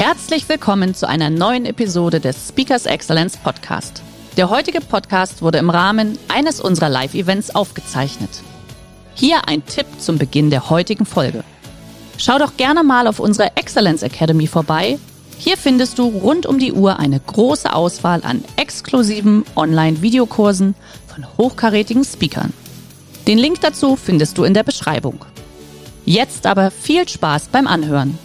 Herzlich willkommen zu einer neuen Episode des Speakers Excellence Podcast. Der heutige Podcast wurde im Rahmen eines unserer Live-Events aufgezeichnet. Hier ein Tipp zum Beginn der heutigen Folge. Schau doch gerne mal auf unserer Excellence Academy vorbei. Hier findest du rund um die Uhr eine große Auswahl an exklusiven Online-Videokursen von hochkarätigen Speakern. Den Link dazu findest du in der Beschreibung. Jetzt aber viel Spaß beim Anhören.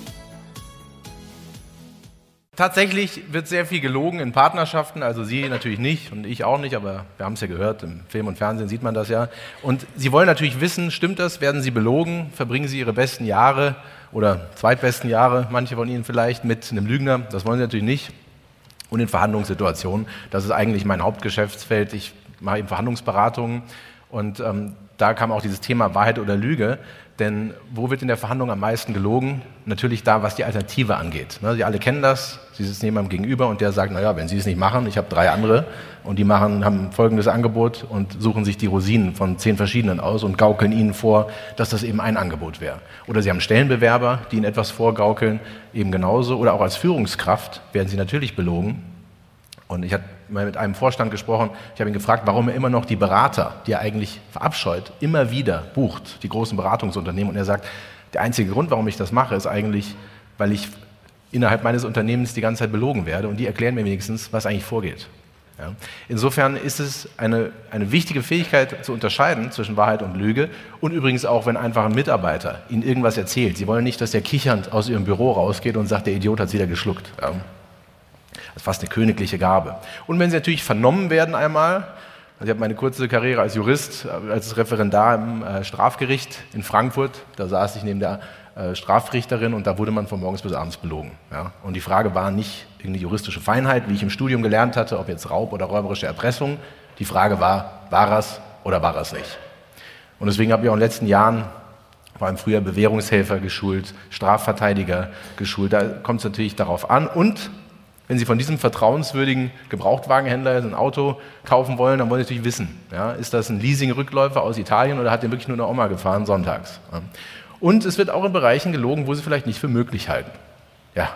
Tatsächlich wird sehr viel gelogen in Partnerschaften, also Sie natürlich nicht und ich auch nicht, aber wir haben es ja gehört, im Film und Fernsehen sieht man das ja. Und Sie wollen natürlich wissen, stimmt das, werden Sie belogen, verbringen Sie Ihre besten Jahre oder zweitbesten Jahre, manche von Ihnen vielleicht, mit einem Lügner, das wollen Sie natürlich nicht. Und in Verhandlungssituationen, das ist eigentlich mein Hauptgeschäftsfeld, ich mache eben Verhandlungsberatungen und da kam auch dieses Thema Wahrheit oder Lüge. Denn wo wird in der Verhandlung am meisten gelogen? Natürlich da, was die Alternative angeht. Sie alle kennen das, Sie sitzen jemandem gegenüber und der sagt, naja, wenn Sie es nicht machen, ich habe 3 andere und die haben folgendes Angebot und suchen sich die Rosinen von 10 verschiedenen aus und gaukeln Ihnen vor, dass das eben ein Angebot wäre. Oder Sie haben Stellenbewerber, die Ihnen etwas vorgaukeln, eben genauso. Oder auch als Führungskraft werden Sie natürlich belogen. Und ich habe mal mit einem Vorstand gesprochen, ich habe ihn gefragt, warum er immer noch die Berater, die er eigentlich verabscheut, immer wieder bucht, die großen Beratungsunternehmen. Und er sagt, der einzige Grund, warum ich das mache, ist eigentlich, weil ich innerhalb meines Unternehmens die ganze Zeit belogen werde und die erklären mir wenigstens, was eigentlich vorgeht. Ja. Insofern ist es eine wichtige Fähigkeit zu unterscheiden zwischen Wahrheit und Lüge und übrigens auch, wenn einfach ein Mitarbeiter Ihnen irgendwas erzählt. Sie wollen nicht, dass der kichernd aus Ihrem Büro rausgeht und sagt, der Idiot hat es wieder geschluckt. Ja. Das ist fast eine königliche Gabe. Und wenn Sie natürlich vernommen werden einmal, also ich habe meine kurze Karriere als Jurist, als Referendar im Strafgericht in Frankfurt, da saß ich neben der Strafrichterin und da wurde man von morgens bis abends belogen. Ja? Und die Frage war nicht irgendeine juristische Feinheit, wie ich im Studium gelernt hatte, ob jetzt Raub oder räuberische Erpressung. Die Frage war es oder war es nicht? Und deswegen habe ich auch in den letzten Jahren vor allem früher Bewährungshelfer geschult, Strafverteidiger geschult. Da kommt es natürlich darauf an. Und wenn Sie von diesem vertrauenswürdigen Gebrauchtwagenhändler ein Auto kaufen wollen, dann wollen Sie natürlich wissen, ja, ist das ein Leasing-Rückläufer aus Italien oder hat der wirklich nur eine Oma gefahren sonntags? Ja. Und es wird auch in Bereichen gelogen, wo Sie vielleicht nicht für möglich halten. Ja,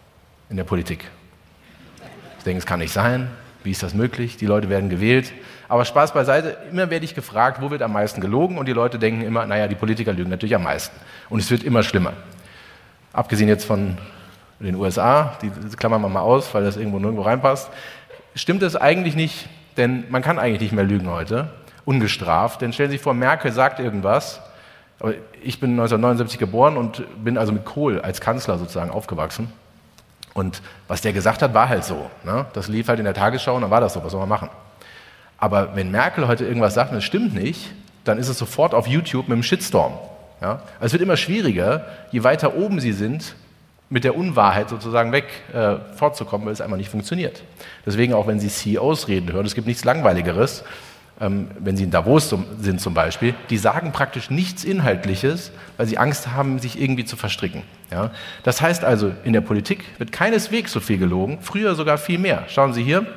in der Politik. Ich denke, es kann nicht sein. Wie ist das möglich? Die Leute werden gewählt. Aber Spaß beiseite, immer werde ich gefragt, wo wird am meisten gelogen? Und die Leute denken immer, naja, die Politiker lügen natürlich am meisten. Und es wird immer schlimmer. Abgesehen jetzt von den USA, die klammern wir mal aus, weil das nirgendwo reinpasst, stimmt es eigentlich nicht, denn man kann eigentlich nicht mehr lügen heute, ungestraft. Denn stellen Sie sich vor, Merkel sagt irgendwas, aber ich bin 1979 geboren und bin also mit Kohl als Kanzler sozusagen aufgewachsen. Und was der gesagt hat, war halt so. Ne? Das lief halt in der Tagesschau und dann war das so, was soll man machen? Aber wenn Merkel heute irgendwas sagt und es stimmt nicht, dann ist es sofort auf YouTube mit einem Shitstorm. Ja? Also es wird immer schwieriger, je weiter oben Sie sind, mit der Unwahrheit sozusagen fortzukommen, weil es einfach nicht funktioniert. Deswegen auch, wenn Sie CEOs reden hören, es gibt nichts Langweiligeres, wenn Sie in Davos sind zum Beispiel, die sagen praktisch nichts Inhaltliches, weil sie Angst haben, sich irgendwie zu verstricken. Ja? Das heißt also, in der Politik wird keineswegs so viel gelogen, früher sogar viel mehr. Schauen Sie hier,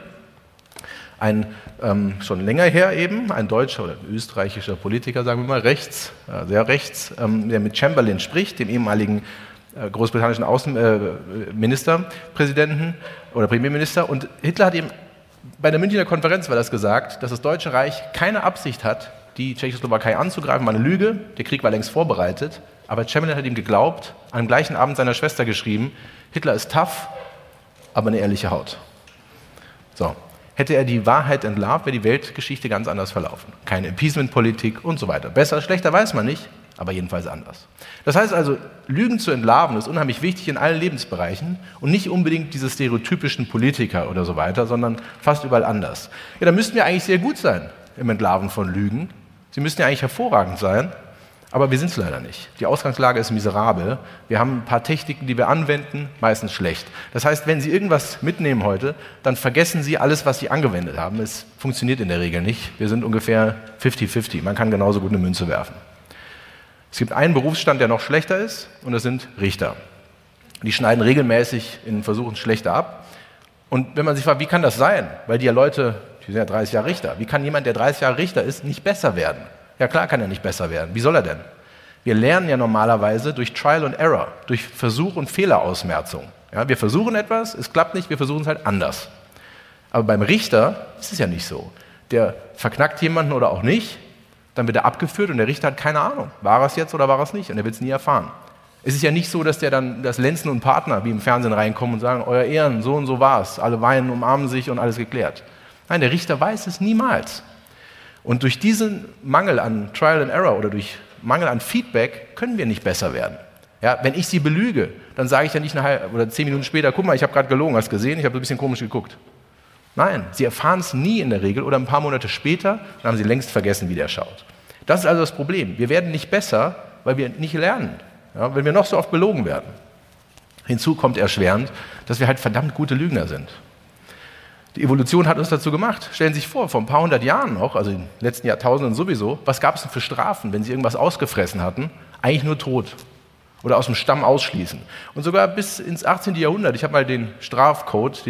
schon länger her eben, ein deutscher oder österreichischer Politiker, sagen wir mal, sehr rechts, der mit Chamberlain spricht, dem ehemaligen großbritannischen Außenministerpräsidenten oder Premierminister. Und Hitler hat ihm bei der Münchner Konferenz war das gesagt, dass das Deutsche Reich keine Absicht hat, die Tschechoslowakei anzugreifen, war eine Lüge, der Krieg war längst vorbereitet. Aber Chamberlain hat ihm geglaubt, am gleichen Abend seiner Schwester geschrieben, Hitler ist tough, aber eine ehrliche Haut. So. Hätte er die Wahrheit entlarvt, wäre die Weltgeschichte ganz anders verlaufen. Keine Appeasement-Politik und so weiter. Besser, schlechter weiß man nicht, aber jedenfalls anders. Das heißt also, Lügen zu entlarven ist unheimlich wichtig in allen Lebensbereichen und nicht unbedingt diese stereotypischen Politiker oder so weiter, sondern fast überall anders. Ja, da müssten wir eigentlich sehr gut sein im Entlarven von Lügen. Sie müssten ja eigentlich hervorragend sein, aber wir sind es leider nicht. Die Ausgangslage ist miserabel. Wir haben ein paar Techniken, die wir anwenden, meistens schlecht. Das heißt, wenn Sie irgendwas mitnehmen heute, dann vergessen Sie alles, was Sie angewendet haben. Es funktioniert in der Regel nicht. Wir sind ungefähr 50-50. Man kann genauso gut eine Münze werfen. Es gibt einen Berufsstand, der noch schlechter ist, und das sind Richter. Die schneiden regelmäßig in Versuchen schlechter ab. Und wenn man sich fragt, wie kann das sein? Weil die Leute, die sind ja 30 Jahre Richter. Wie kann jemand, der 30 Jahre Richter ist, nicht besser werden? Ja klar kann er nicht besser werden. Wie soll er denn? Wir lernen ja normalerweise durch Trial and Error, durch Versuch- und Fehlerausmerzung. Ja, wir versuchen etwas, es klappt nicht, wir versuchen es halt anders. Aber beim Richter ist es ja nicht so. Der verknackt jemanden oder auch nicht, dann wird er abgeführt und der Richter hat keine Ahnung, war er es jetzt oder war er es nicht, und er wird es nie erfahren. Es ist ja nicht so, dass dass Lenzen und Partner wie im Fernsehen reinkommen und sagen, euer Ehren, so und so war es, alle weinen, umarmen sich und alles geklärt. Nein, der Richter weiß es niemals. Und durch diesen Mangel an Trial and Error oder durch Mangel an Feedback können wir nicht besser werden. Ja, wenn ich Sie belüge, dann sage ich ja nicht 10 Minuten später, guck mal, ich habe gerade gelogen, hast du gesehen, ich habe ein bisschen komisch geguckt. Nein, Sie erfahren es nie in der Regel oder ein paar Monate später, dann haben Sie längst vergessen, wie der schaut. Das ist also das Problem. Wir werden nicht besser, weil wir nicht lernen, ja, wenn wir noch so oft belogen werden. Hinzu kommt erschwerend, dass wir halt verdammt gute Lügner sind. Die Evolution hat uns dazu gemacht. Stellen Sie sich vor, vor ein paar hundert Jahren noch, also in den letzten Jahrtausenden sowieso, was gab es denn für Strafen, wenn Sie irgendwas ausgefressen hatten? Eigentlich nur Tod oder aus dem Stamm ausschließen. Und sogar bis ins 18. Jahrhundert, ich habe mal den Strafcode,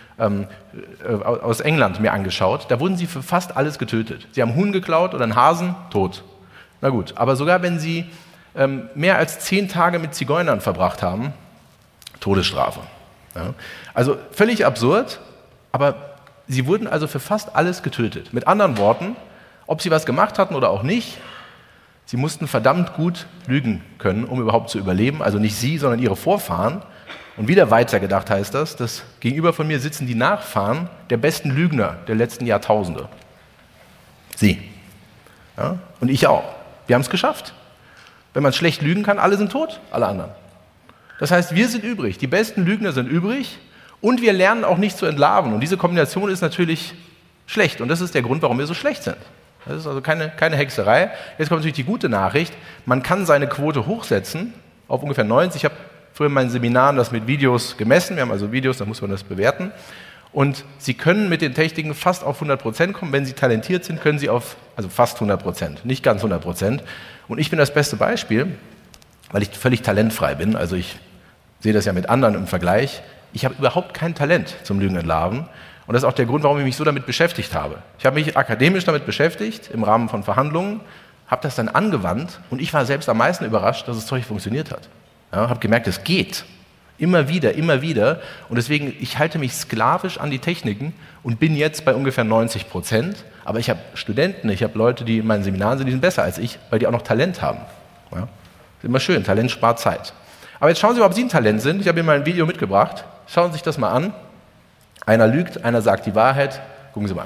aus England mir angeschaut, da wurden sie für fast alles getötet. Sie haben einen Huhn geklaut oder einen Hasen, tot. Na gut, aber sogar wenn sie mehr als 10 Tage mit Zigeunern verbracht haben, Todesstrafe. Ja. Also völlig absurd, aber sie wurden also für fast alles getötet. Mit anderen Worten, ob sie was gemacht hatten oder auch nicht, sie mussten verdammt gut lügen können, um überhaupt zu überleben. Also nicht sie, sondern ihre Vorfahren. Und wieder weitergedacht heißt das, dass gegenüber von mir sitzen die Nachfahren der besten Lügner der letzten Jahrtausende. Sie. Ja? Und ich auch. Wir haben es geschafft. Wenn man schlecht lügen kann, alle sind tot, alle anderen. Das heißt, wir sind übrig, die besten Lügner sind übrig und wir lernen auch nicht zu entlarven. Und diese Kombination ist natürlich schlecht und das ist der Grund, warum wir so schlecht sind. Das ist also keine Hexerei. Jetzt kommt natürlich die gute Nachricht, man kann seine Quote hochsetzen auf ungefähr 90. Ich habe früher in meinen Seminaren das mit Videos gemessen. Wir haben also Videos, da muss man das bewerten. Und Sie können mit den Techniken fast auf 100% kommen. Wenn Sie talentiert sind, können Sie auf, also fast 100%, nicht ganz 100%. Und ich bin das beste Beispiel, weil ich völlig talentfrei bin. Also ich sehe das ja mit anderen im Vergleich. Ich habe überhaupt kein Talent zum Lügen entlarven. Und das ist auch der Grund, warum ich mich so damit beschäftigt habe. Ich habe mich akademisch damit beschäftigt, im Rahmen von Verhandlungen, habe das dann angewandt und ich war selbst am meisten überrascht, dass das Zeug funktioniert hat. Ja, habe gemerkt, es geht. Immer wieder. Und deswegen, ich halte mich sklavisch an die Techniken und bin jetzt bei ungefähr 90%. Aber ich habe Studenten, ich habe Leute, die in meinen Seminaren sind, die sind besser als ich, weil die auch noch Talent haben. Ja, ist immer schön, Talent spart Zeit. Aber jetzt schauen Sie mal, ob Sie ein Talent sind. Ich habe Ihnen mal ein Video mitgebracht. Schauen Sie sich das mal an. Einer lügt, einer sagt die Wahrheit. Gucken Sie mal.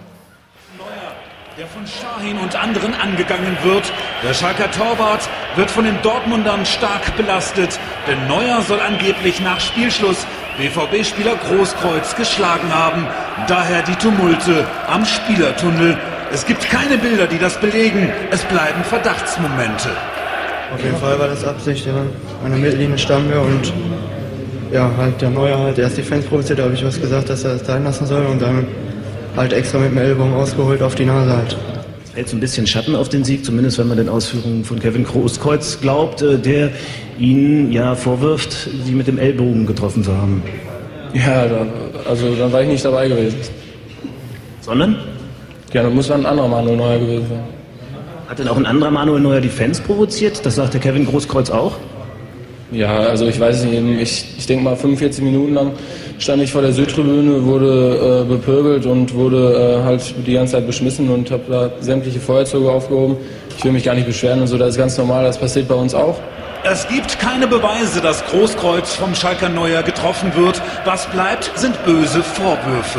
Der von Şahin und anderen angegangen wird. Der Schalker Torwart wird von den Dortmundern stark belastet, denn Neuer soll angeblich nach Spielschluss BVB-Spieler Großkreuz geschlagen haben. Daher die Tumulte am Spielertunnel. Es gibt keine Bilder, die das belegen. Es bleiben Verdachtsmomente. Auf jeden Fall war das Absicht, ja. An der Mittellinie standen wir und ja, halt der Neuer halt erst die Fans provoziert, da habe ich was gesagt, dass er es sein lassen soll und dann halt extra mit dem Ellbogen ausgeholt auf die Nase halt. Es fällt so ein bisschen Schatten auf den Sieg, zumindest wenn man den Ausführungen von Kevin Großkreuz glaubt, der Ihnen ja vorwirft, Sie mit dem Ellbogen getroffen zu haben. Ja, dann war ich nicht dabei gewesen. Sondern? Ja, dann muss ein anderer Manuel Neuer gewesen sein. Hat denn auch ein anderer Manuel Neuer die Fans provoziert? Das sagt der Kevin Großkreuz auch? Ja, also ich weiß nicht, ich denke mal 45 Minuten lang stand ich vor der Südtribüne, wurde bepöbelt und wurde halt die ganze Zeit beschmissen und habe da sämtliche Feuerzeuge aufgehoben. Ich will mich gar nicht beschweren und so, das ist ganz normal, das passiert bei uns auch. Es gibt keine Beweise, dass Großkreuz vom Schalker Neuer getroffen wird. Was bleibt, sind böse Vorwürfe.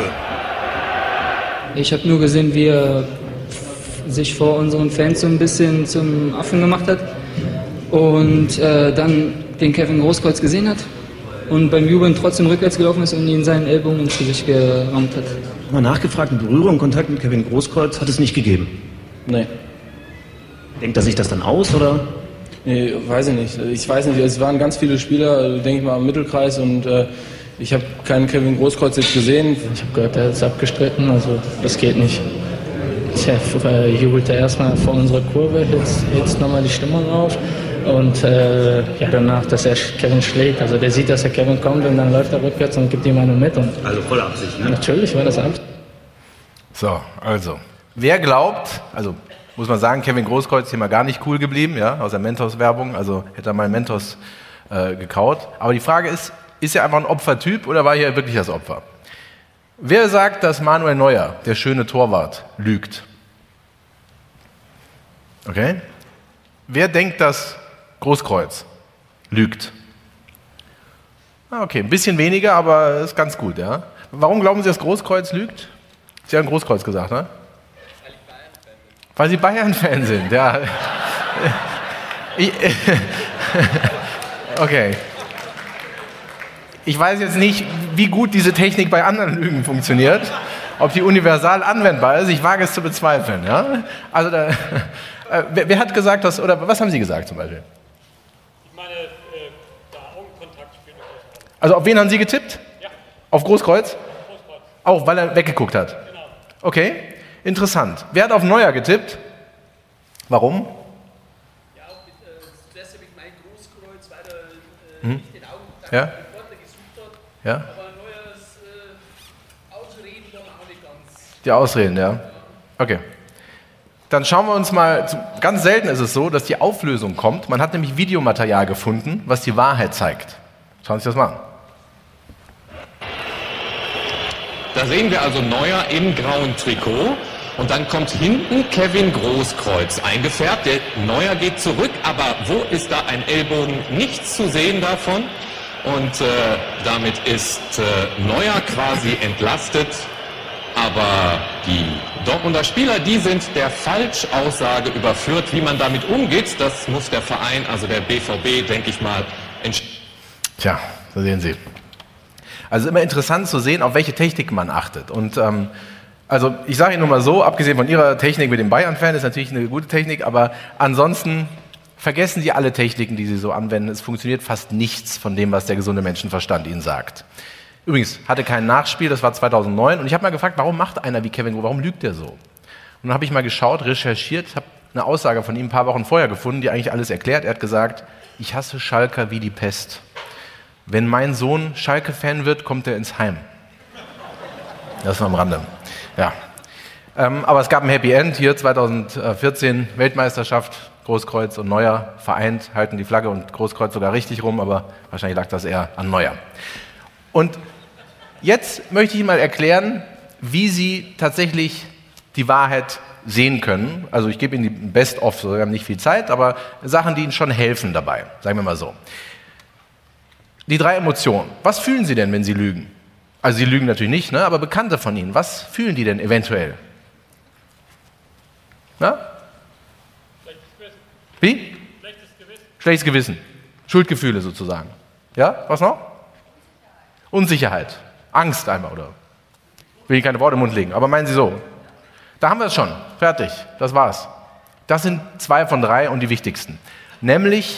Ich habe nur gesehen, wie er sich vor unseren Fans so ein bisschen zum Affen gemacht hat und dann den Kevin Großkreuz gesehen hat und beim Jubeln trotzdem rückwärts gelaufen ist und ihn seinen Ellbogen ins Gesicht gerammt hat. Mal nachgefragt, eine Berührung, Kontakt mit Kevin Großkreuz hat es nicht gegeben? Nee. Denkt er sich das dann aus, oder? Nee, weiß ich nicht. Ich weiß nicht, es waren ganz viele Spieler, denke ich mal, im Mittelkreis und ich habe keinen Kevin Großkreuz jetzt gesehen. Ich habe gehört, er ist abgestritten, also das geht nicht. Er jubelte erstmal vor unserer Kurve, jetzt nochmal die Stimmung auf. Und ja, danach, dass er Kevin schlägt. Also der sieht, dass er Kevin kommt und dann läuft er rückwärts und gibt ihm eine mit. Und also voll Absicht, ne? Natürlich war das Absicht. So, also, wer glaubt, also muss man sagen, Kevin Großkreuz ist hier mal gar nicht cool geblieben, ja, aus der Mentos-Werbung, also hätte er mal Mentos gekaut. Aber die Frage ist Ist er einfach ein Opfertyp oder war hier wirklich das Opfer? Wer sagt, dass Manuel Neuer, der schöne Torwart, lügt? Okay. Wer denkt, dass Großkreuz lügt? Okay, ein bisschen weniger, aber ist ganz gut. Ja? Warum glauben Sie, dass Großkreuz lügt? Sie haben Großkreuz gesagt, ne? Weil Sie Bayern-Fan sind, ja. Okay. Ich weiß jetzt nicht, wie gut diese Technik bei anderen Lügen funktioniert, ob die universal anwendbar ist. Ich wage es zu bezweifeln. Ja? Also wer hat gesagt, dass, oder was haben Sie gesagt zum Beispiel? Ich meine, der Augenkontakt spielt eine große Rolle. Also auf wen haben Sie getippt? Ja. Auf Großkreuz? Großkreuz. Auch, weil er weggeguckt hat? Genau. Okay, interessant. Wer hat auf Neuer getippt? Warum? Ja, zuerst habe ich mein Großkreuz, weil er nicht den Augenkontakt Ja. mit dem Reporter gesucht hat. Ja. Aber Neuers Ausreden waren auch nicht ganz. Die Ausreden, ja. Okay. Dann schauen wir uns mal, ganz selten ist es so, dass die Auflösung kommt. Man hat nämlich Videomaterial gefunden, was die Wahrheit zeigt. Schauen Sie sich das mal an. Da sehen wir also Neuer im grauen Trikot und dann kommt hinten Kevin Großkreuz eingefärbt. Der Neuer geht zurück, aber wo ist da ein Ellbogen? Nichts zu sehen davon. Und damit ist Neuer quasi entlastet. Aber die Dortmunder Spieler, die sind der Falschaussage überführt. Wie man damit umgeht, das muss der Verein, also der BVB, denke ich mal, entscheiden. Tja, da sehen Sie. Also immer interessant zu sehen, auf welche Technik man achtet. Und also ich sage Ihnen nur mal so, abgesehen von Ihrer Technik mit dem Bayern-Fan, ist natürlich eine gute Technik, aber ansonsten vergessen Sie alle Techniken, die Sie so anwenden. Es funktioniert fast nichts von dem, was der gesunde Menschenverstand Ihnen sagt. Übrigens, hatte kein Nachspiel, das war 2009. Und ich habe mal gefragt, warum macht einer wie Kevin Groß, warum lügt der so? Und dann habe ich mal geschaut, recherchiert, habe eine Aussage von ihm ein paar Wochen vorher gefunden, die eigentlich alles erklärt. Er hat gesagt, ich hasse Schalker wie die Pest. Wenn mein Sohn Schalke-Fan wird, kommt er ins Heim. Das nur am Rande. Ja. Aber es gab ein Happy End hier, 2014, Weltmeisterschaft, Großkreuz und Neuer vereint, halten die Flagge und Großkreuz sogar richtig rum, aber wahrscheinlich lag das eher an Neuer. Und jetzt möchte ich Ihnen mal erklären, wie Sie tatsächlich die Wahrheit sehen können. Also ich gebe Ihnen die Best-of, wir haben nicht viel Zeit, aber Sachen, die Ihnen schon helfen dabei, sagen wir mal so. Die 3 Emotionen. Was fühlen Sie denn, wenn Sie lügen? Also Sie lügen natürlich nicht, ne? Aber Bekannte von Ihnen, was fühlen die denn eventuell? Na? Schlechtes Gewissen. Wie? Schlechtes Gewissen. Schlechtes Gewissen. Schuldgefühle sozusagen. Ja, was noch? Unsicherheit. Angst einmal, oder? Will ich keine Worte im Mund legen, aber meinen Sie so? Da haben wir es schon. Fertig. Das war's. Das sind 2 von 3 und die wichtigsten. Nämlich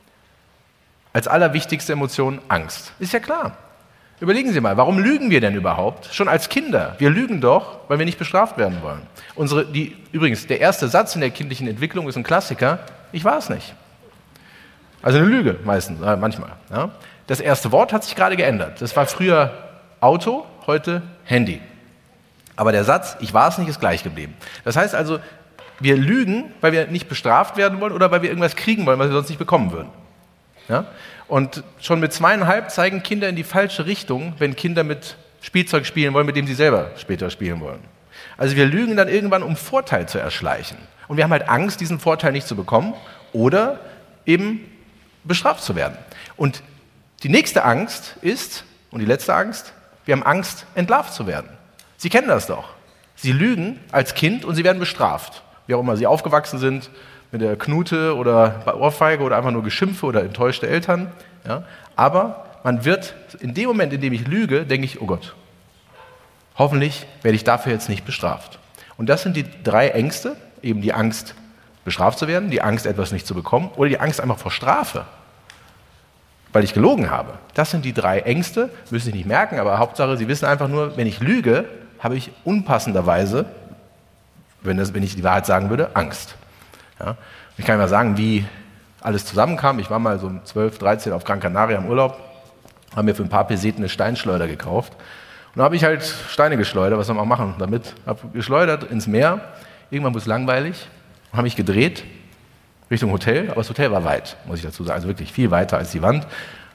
als allerwichtigste Emotion Angst. Ist ja klar. Überlegen Sie mal, warum lügen wir denn überhaupt? Schon als Kinder. Wir lügen doch, weil wir nicht bestraft werden wollen. Übrigens, der erste Satz in der kindlichen Entwicklung ist ein Klassiker. Ich war es nicht. Also eine Lüge meistens, manchmal. Ja. Das erste Wort hat sich gerade geändert. Das war früher Auto, heute Handy. Aber der Satz, ich war es nicht, ist gleich geblieben. Das heißt also, wir lügen, weil wir nicht bestraft werden wollen oder weil wir irgendwas kriegen wollen, was wir sonst nicht bekommen würden. Ja? Und schon mit 2,5 zeigen Kinder in die falsche Richtung, wenn Kinder mit Spielzeug spielen wollen, mit dem sie selber später spielen wollen. Also wir lügen dann irgendwann, um Vorteil zu erschleichen. Und wir haben halt Angst, diesen Vorteil nicht zu bekommen oder eben bestraft zu werden. Und die nächste Angst ist, und die letzte Angst, wir haben Angst, entlarvt zu werden. Sie kennen das doch. Sie lügen als Kind und sie werden bestraft. Wie auch immer sie aufgewachsen sind, mit der Knute oder bei Ohrfeige oder einfach nur Geschimpfe oder enttäuschte Eltern. Ja. Aber man wird, in dem Moment, in dem ich lüge, denke ich, oh Gott, hoffentlich werde ich dafür jetzt nicht bestraft. Und das sind die 3 Ängste, eben die Angst, bestraft zu werden, die Angst, etwas nicht zu bekommen oder die Angst einfach vor Strafe, weil ich gelogen habe. Das sind die 3 Ängste, müssen Sie nicht merken, aber Hauptsache, Sie wissen einfach nur, wenn ich lüge, habe ich unpassenderweise, wenn ich die Wahrheit sagen würde, Angst. Ja? Ich kann mal sagen, wie alles zusammenkam. Ich war mal so um 12, 13 auf Gran Canaria im Urlaub, habe mir für ein paar Peseten eine Steinschleuder gekauft. Und da habe ich halt Steine geschleudert, was soll man machen damit? Habe geschleudert ins Meer, irgendwann wurde es langweilig, habe mich gedreht Richtung Hotel, aber das Hotel war weit, muss ich dazu sagen, also wirklich viel weiter als die Wand.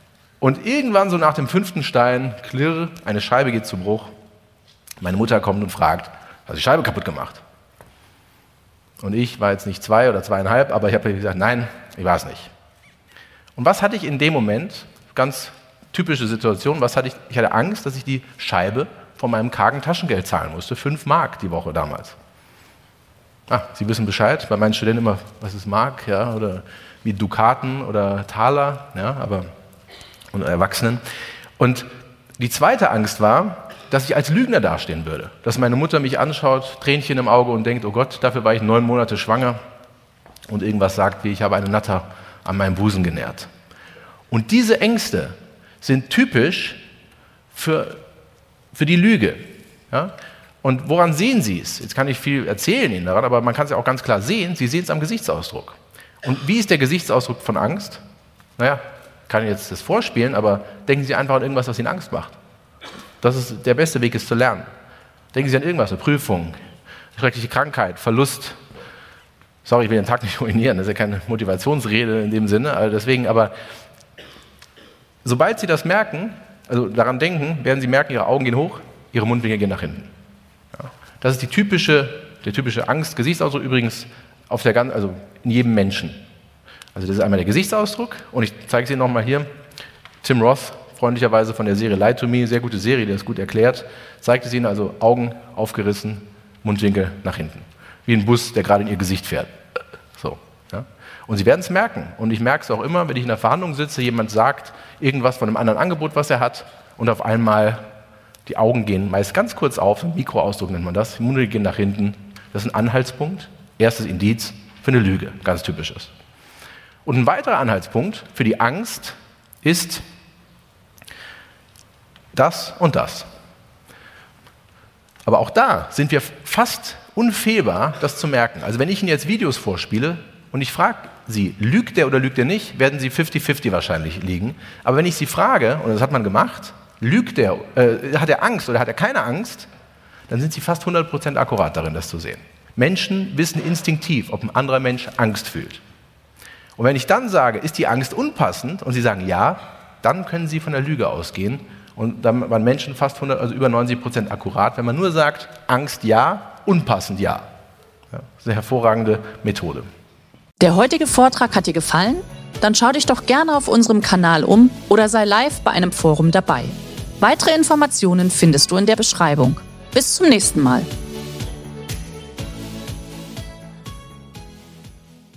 Und irgendwann so nach dem 5. Stein, klirr, eine Scheibe geht zu Bruch. Meine Mutter kommt und fragt, hast du die Scheibe kaputt gemacht? Und ich war jetzt nicht 2 oder 2,5, aber ich habe gesagt, nein, ich war es nicht. Und was hatte ich in dem Moment? Ganz typische Situation. Was hatte ich? Ich hatte Angst, dass ich die Scheibe von meinem kargen Taschengeld zahlen musste. 5 Mark die Woche damals. Sie wissen Bescheid. Bei meinen Studenten immer, was ist Mark? Ja, oder wie Dukaten oder Taler. Ja, aber und Erwachsenen. Und die zweite Angst war, dass ich als Lügner dastehen würde. Dass meine Mutter mich anschaut, Tränchen im Auge und denkt, oh Gott, dafür war ich 9 Monate schwanger. Und irgendwas sagt, wie ich habe eine Natter an meinem Busen genährt. Und diese Ängste sind typisch für die Lüge. Ja? Und woran sehen Sie es? Jetzt kann ich viel erzählen Ihnen daran, aber man kann es ja auch ganz klar sehen. Sie sehen es am Gesichtsausdruck. Und wie ist der Gesichtsausdruck von Angst? Naja, kann ich jetzt das vorspielen, aber denken Sie einfach an irgendwas, was Ihnen Angst macht. Das ist der beste Weg, es zu lernen. Denken Sie an irgendwas, eine Prüfung, schreckliche Krankheit, Verlust. Sorry, ich will den Tag nicht ruinieren, das ist ja keine Motivationsrede in dem Sinne, aber sobald Sie das merken, also daran denken, werden Sie merken, Ihre Augen gehen hoch, Ihre Mundwinkel gehen nach hinten. Ja. Das ist der typische Angst-Gesichtsausdruck übrigens also in jedem Menschen. Also das ist einmal der Gesichtsausdruck und ich zeige es Ihnen nochmal hier. Tim Roth, freundlicherweise von der Serie Lie to Me, sehr gute Serie, die das gut erklärt, zeigt es Ihnen also Augen aufgerissen, Mundwinkel nach hinten. Wie ein Bus, der gerade in Ihr Gesicht fährt. So, ja. Und Sie werden es merken. Und ich merke es auch immer, wenn ich in einer Verhandlung sitze, jemand sagt irgendwas von einem anderen Angebot, was er hat, und auf einmal die Augen gehen meist ganz kurz auf, Mikroausdruck nennt man das, die Mundwinkel gehen nach hinten. Das ist ein Anhaltspunkt, erstes Indiz für eine Lüge, ganz typisches. Und ein weiterer Anhaltspunkt für die Angst ist das und das. Aber auch da sind wir fast unfehlbar, das zu merken. Also wenn ich Ihnen jetzt Videos vorspiele und ich frage Sie, lügt der oder lügt er nicht, werden Sie 50-50 wahrscheinlich liegen. Aber wenn ich Sie frage, und das hat man gemacht, hat er Angst oder hat er keine Angst, dann sind Sie fast 100% akkurat darin, das zu sehen. Menschen wissen instinktiv, ob ein anderer Mensch Angst fühlt. Und wenn ich dann sage, ist die Angst unpassend, und Sie sagen ja, dann können Sie von der Lüge ausgehen. Und dann waren Menschen fast über 90% akkurat, wenn man nur sagt, Angst ja, unpassend ja. Ja, das ist eine hervorragende Methode. Der heutige Vortrag hat dir gefallen? Dann schau dich doch gerne auf unserem Kanal um oder sei live bei einem Forum dabei. Weitere Informationen findest du in der Beschreibung. Bis zum nächsten Mal.